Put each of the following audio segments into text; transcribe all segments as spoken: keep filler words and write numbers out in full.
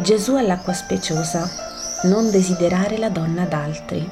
Gesù all'acqua speciosa, non desiderare la donna d'altri.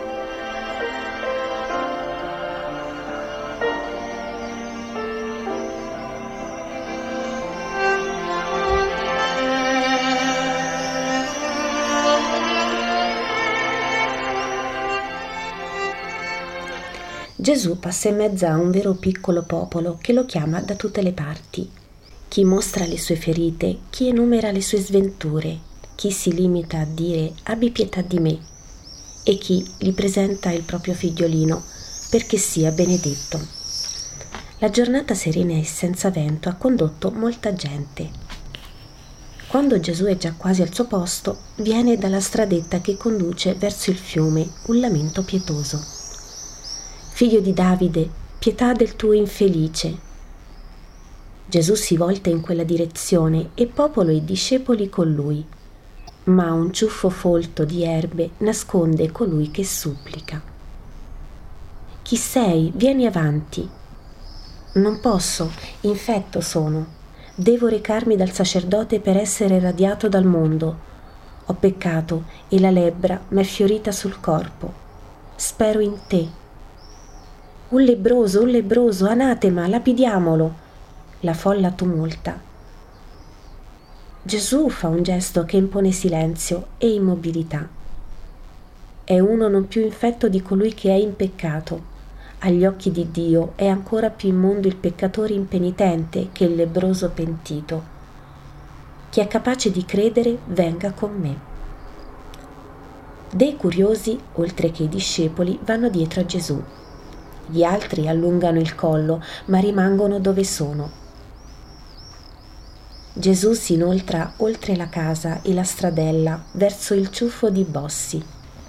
Gesù passa in mezzo a un vero piccolo popolo che lo chiama da tutte le parti. Chi mostra le sue ferite, chi enumera le sue sventure, chi si limita a dire abbi pietà di me e chi gli presenta il proprio figliolino perché sia benedetto. La giornata serena e senza vento ha condotto molta gente. Quando Gesù è già quasi al suo posto, viene dalla stradetta che conduce verso il fiume un lamento pietoso. Figlio di Davide, pietà del tuo infelice. Gesù si volta in quella direzione e popolo e discepoli con lui, ma un ciuffo folto di erbe nasconde colui che supplica. Chi sei? Vieni avanti. Non posso, infetto sono. Devo recarmi dal sacerdote per essere radiato dal mondo. Ho peccato e la lebbra m'è fiorita sul corpo. Spero in te. Un lebbroso, un lebbroso, anatema, lapidiamolo. La folla tumulta. Gesù fa un gesto che impone silenzio e immobilità. È uno non più infetto di colui che è in peccato. Agli occhi di Dio è ancora più immondo il peccatore impenitente che il lebbroso pentito. Chi è capace di credere venga con me. Dei curiosi, oltre che i discepoli, vanno dietro a Gesù. Gli altri allungano il collo, ma rimangono dove sono. Gesù si inoltra oltre la casa e la stradella verso il ciuffo di bossi.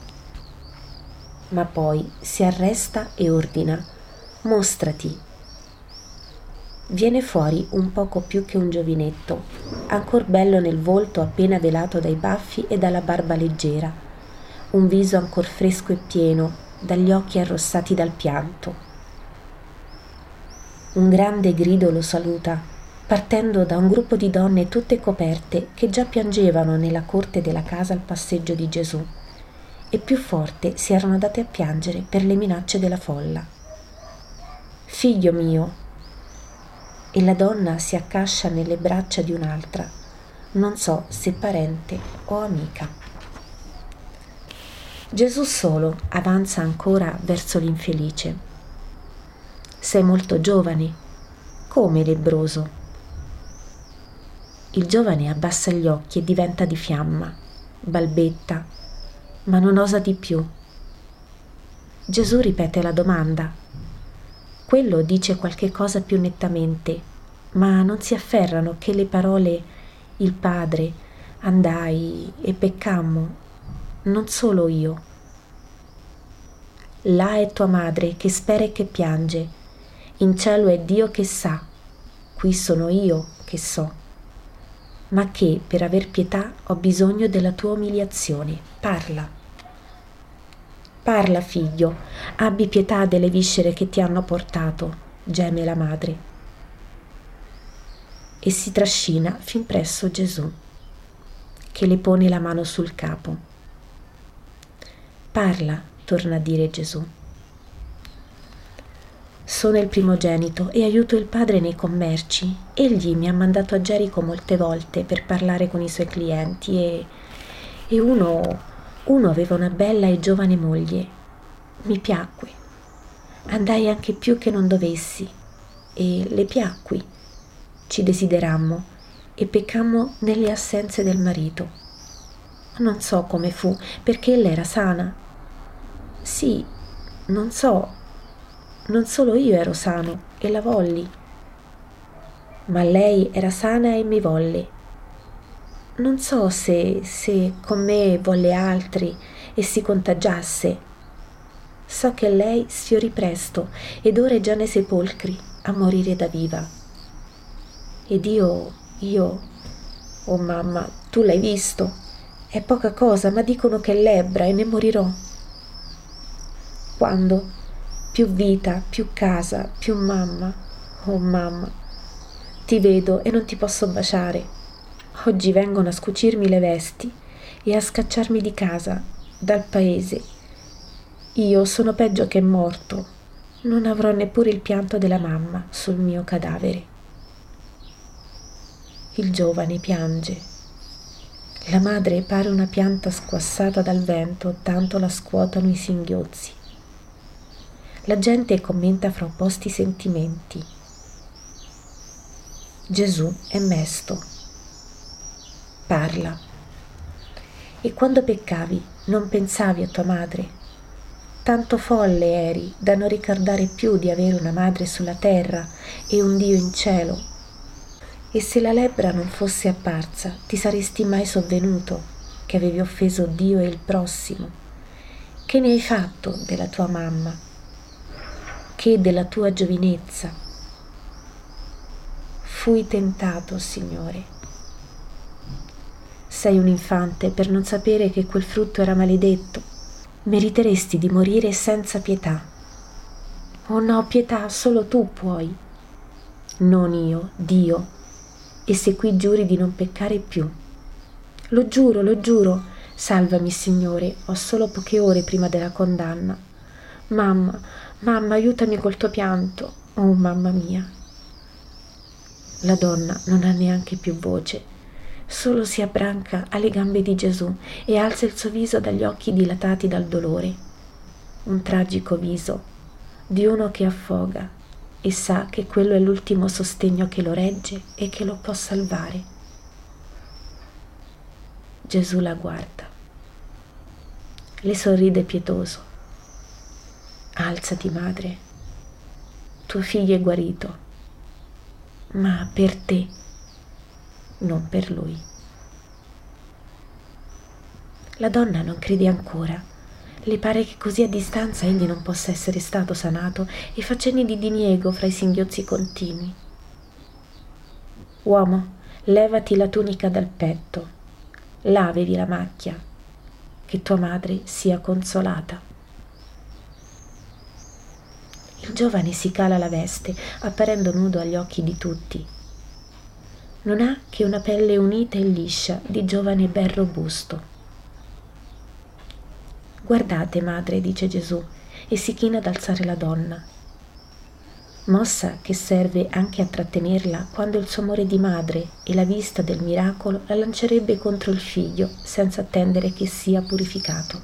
Ma poi si arresta e ordina: mostrati. Viene fuori un poco più che un giovinetto, ancor bello nel volto appena velato dai baffi e dalla barba leggera, un viso ancor fresco e pieno, dagli occhi arrossati dal pianto. Un grande grido lo saluta, partendo da un gruppo di donne tutte coperte che già piangevano nella corte della casa al passeggio di Gesù e più forte si erano date a piangere per le minacce della folla. Figlio mio! E la donna si accascia nelle braccia di un'altra, non so se parente o amica. Gesù solo avanza ancora verso l'infelice. Sei molto giovane, come lebbroso. Il giovane abbassa gli occhi e diventa di fiamma, balbetta, ma non osa di più. Gesù ripete la domanda. Quello dice qualche cosa più nettamente, ma non si afferrano che le parole il Padre, andai e peccammo, non solo io. Là è tua madre che spera e che piange, in cielo è Dio che sa, qui sono io che so, ma che per aver pietà ho bisogno della tua umiliazione. Parla. Parla, figlio, abbi pietà delle viscere che ti hanno portato, geme la madre. E si trascina fin presso Gesù, che le pone la mano sul capo. Parla, torna a dire Gesù. Sono il primogenito e aiuto il padre nei commerci. Egli mi ha mandato a Gerico molte volte per parlare con i suoi clienti e, e uno, uno aveva una bella e giovane moglie. Mi piacque. Andai anche più che non dovessi e le piacqui. Ci desiderammo e peccammo nelle assenze del marito. Non so come fu, perché ella era sana. Sì, non so. Non solo io ero sano e la volli, ma lei era sana e mi volle. Non so se, se con me volle altri e si contagiasse. So che lei sfiorì presto ed ora è già nei sepolcri a morire da viva. Ed io, io, oh mamma, tu l'hai visto? È poca cosa, ma dicono che è lebbra e ne morirò. Quando? Più vita, più casa, più mamma. Oh mamma, ti vedo e non ti posso baciare. Oggi vengono a scucirmi le vesti e a scacciarmi di casa, dal paese. Io sono peggio che morto. Non avrò neppure il pianto della mamma sul mio cadavere. Il giovane piange. La madre pare una pianta squassata dal vento, tanto la scuotono i singhiozzi. La gente commenta fra opposti sentimenti. Gesù è mesto. Parla. E quando peccavi non pensavi a tua madre? Tanto folle eri da non ricordare più di avere una madre sulla terra e un Dio in cielo. E se la lebbra non fosse apparsa, ti saresti mai sovvenuto che avevi offeso Dio e il prossimo? Che ne hai fatto della tua mamma? Che della tua giovinezza? Fui tentato, Signore. Sei un infante per non sapere che quel frutto era maledetto. Meriteresti di morire senza pietà. Oh no, pietà, solo tu puoi. Non io, Dio. E se qui giuri di non peccare più. Lo giuro, lo giuro. Salvami, Signore, ho solo poche ore prima della condanna. Mamma, mamma, aiutami col tuo pianto. Oh, mamma mia. La donna non ha neanche più voce. Solo si abbranca alle gambe di Gesù e alza il suo viso dagli occhi dilatati dal dolore. Un tragico viso di uno che affoga e sa che quello è l'ultimo sostegno che lo regge e che lo può salvare. Gesù la guarda, le sorride pietoso. Alzati, madre, tuo figlio è guarito, ma per te, non per lui. La donna non crede ancora. Le pare che così a distanza egli non possa essere stato sanato e fa cenni di diniego fra i singhiozzi continui. Uomo, levati la tunica dal petto, lavevi la macchia, che tua madre sia consolata. Il giovane si cala la veste, apparendo nudo agli occhi di tutti. Non ha che una pelle unita e liscia di giovane ben robusto. Guardate, madre, dice Gesù, e si china ad alzare la donna. Mossa che serve anche a trattenerla quando il suo amore di madre e la vista del miracolo la lancerebbe contro il figlio senza attendere che sia purificato.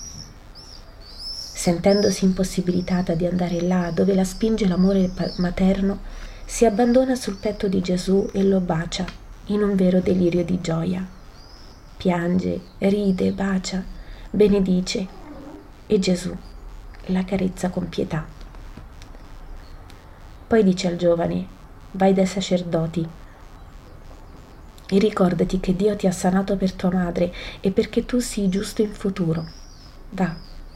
Sentendosi impossibilitata di andare là dove la spinge l'amore materno, si abbandona sul petto di Gesù e lo bacia in un vero delirio di gioia. Piange, ride, bacia, benedice e Gesù la carezza con pietà. Poi dice al giovane: vai dai sacerdoti e ricordati che Dio ti ha sanato per tua madre e perché tu sii giusto in futuro. Va.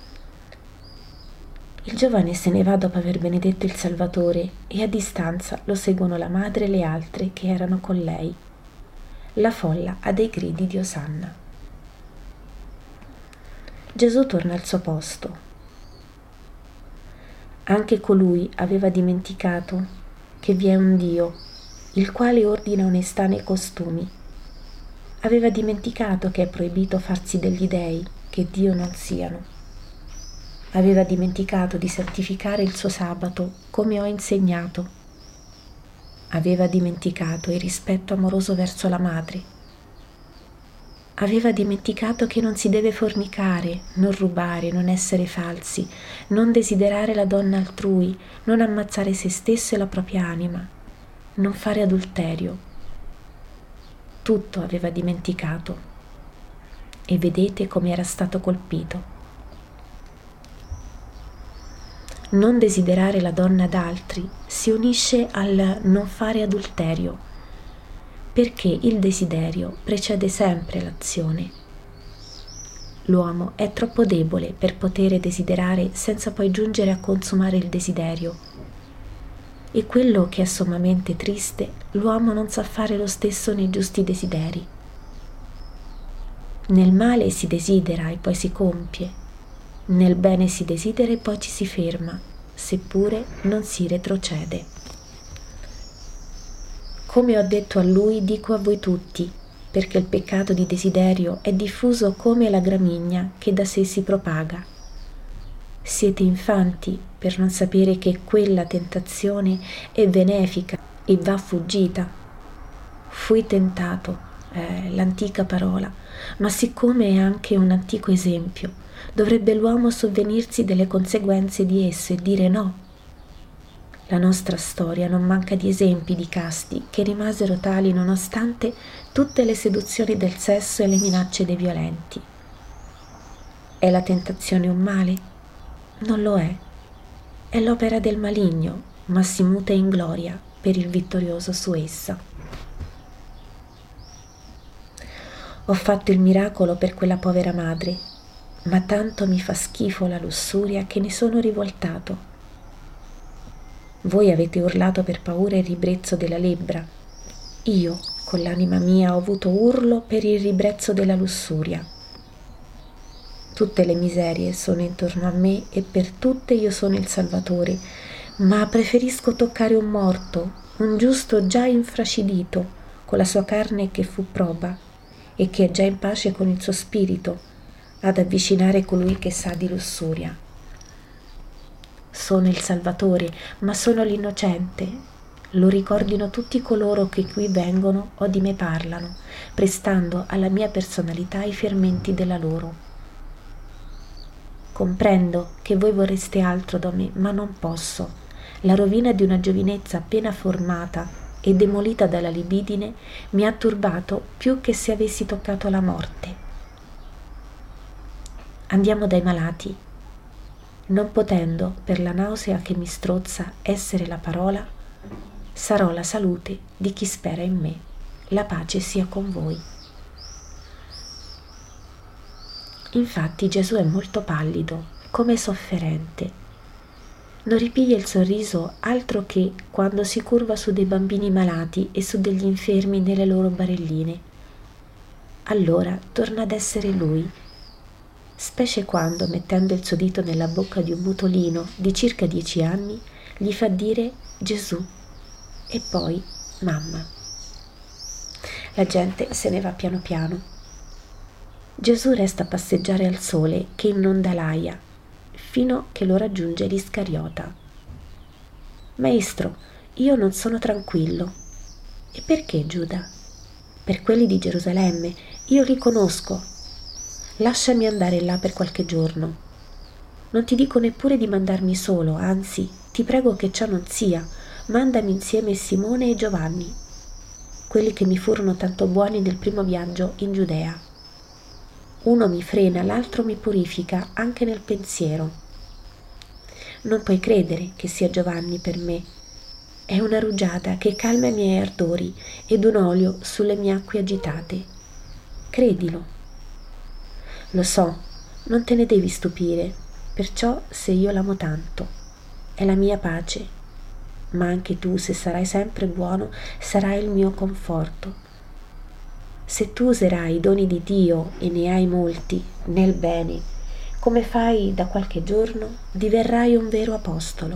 Il giovane se ne va dopo aver benedetto il Salvatore e a distanza lo seguono la madre e le altre che erano con lei. La folla ha dei gridi di Osanna. Gesù torna al suo posto. Anche colui aveva dimenticato che vi è un Dio, il quale ordina onestà nei costumi. Aveva dimenticato che è proibito farsi degli dei che Dio non siano. Aveva dimenticato di santificare il suo sabato come ho insegnato. Aveva dimenticato il rispetto amoroso verso la madre. Aveva dimenticato che non si deve fornicare, non rubare, non essere falsi, non desiderare la donna altrui, non ammazzare se stesso e la propria anima, non fare adulterio. Tutto aveva dimenticato. E vedete come era stato colpito. Non desiderare la donna d'altri si unisce al non fare adulterio, perché il desiderio precede sempre l'azione. L'uomo è troppo debole per poter desiderare senza poi giungere a consumare il desiderio. E quello che è sommamente triste, l'uomo non sa fare lo stesso nei giusti desideri. Nel male si desidera e poi si compie, nel bene si desidera e poi ci si ferma, seppure non si retrocede. Come ho detto a lui, dico a voi tutti, perché il peccato di desiderio è diffuso come la gramigna che da sé si propaga. Siete infanti per non sapere che quella tentazione è benefica e va fuggita. Fui tentato, è l'antica parola, ma siccome è anche un antico esempio, dovrebbe l'uomo sovvenirsi delle conseguenze di esso e dire no. La nostra storia non manca di esempi di casti che rimasero tali nonostante tutte le seduzioni del sesso e le minacce dei violenti. È la tentazione un male? Non lo è. È l'opera del maligno, ma si muta in gloria per il vittorioso su essa. Ho fatto il miracolo per quella povera madre, ma tanto mi fa schifo la lussuria che ne sono rivoltato. Voi avete urlato per paura il ribrezzo della lebbra. Io, con l'anima mia, ho avuto urlo per il ribrezzo della lussuria. Tutte le miserie sono intorno a me e per tutte io sono il Salvatore, ma preferisco toccare un morto, un giusto già infracidito, con la sua carne che fu proba e che è già in pace con il suo spirito, ad avvicinare colui che sa di lussuria. Sono il Salvatore, ma sono l'innocente. Lo ricordino tutti coloro che qui vengono o di me parlano, prestando alla mia personalità i fermenti della loro. Comprendo che voi vorreste altro da me, ma non posso. La rovina di una giovinezza appena formata e demolita dalla libidine mi ha turbato più che se avessi toccato la morte. Andiamo dai malati. Non potendo, per la nausea che mi strozza, essere la parola, sarò la salute di chi spera in me. La pace sia con voi. Infatti Gesù è molto pallido, come sofferente. Non ripiglia il sorriso altro che quando si curva su dei bambini malati e su degli infermi nelle loro barelline. Allora torna ad essere lui, specie quando, mettendo il suo dito nella bocca di un mutolino di circa dieci anni, gli fa dire Gesù e poi mamma. La gente se ne va piano piano. Gesù resta a passeggiare al sole che inonda l'aia, fino che lo raggiunge l'Iscariota. Maestro, io non sono tranquillo. E perché, Giuda? Per quelli di Gerusalemme, io li conosco. Lasciami andare là per qualche giorno. Non ti dico neppure di mandarmi solo, anzi, ti prego che ciò non sia. Mandami insieme Simone e Giovanni, quelli che mi furono tanto buoni nel primo viaggio in Giudea. Uno mi frena, l'altro mi purifica anche nel pensiero. Non puoi credere che sia Giovanni per me. È una rugiada che calma i miei ardori ed un olio sulle mie acque agitate. Credilo. Lo so, non te ne devi stupire, perciò se io l'amo tanto, è la mia pace, ma anche tu, se sarai sempre buono, sarai il mio conforto. Se tu userai i doni di Dio e ne hai molti, nel bene, come fai da qualche giorno, diverrai un vero apostolo.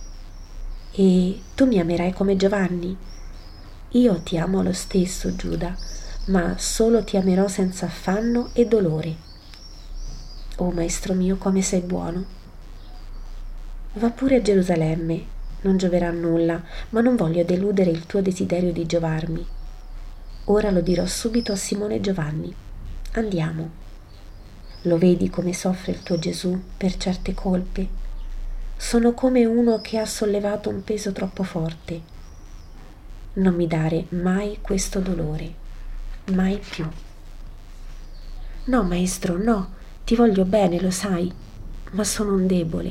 E tu mi amerai come Giovanni? Io ti amo lo stesso, Giuda, ma solo ti amerò senza affanno e dolore. Oh, maestro mio, come sei buono. Va pure a Gerusalemme, non gioverà a nulla, ma non voglio deludere il tuo desiderio di giovarmi. Ora lo dirò subito a Simone e Giovanni. Andiamo. Lo vedi come soffre il tuo Gesù per certe colpe? Sono come uno che ha sollevato un peso troppo forte. Non mi dare mai questo dolore, mai più. No, maestro, no. Ti voglio bene, lo sai, ma sono un debole.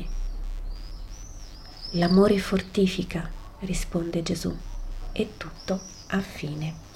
L'amore fortifica, risponde Gesù, e tutto ha fine.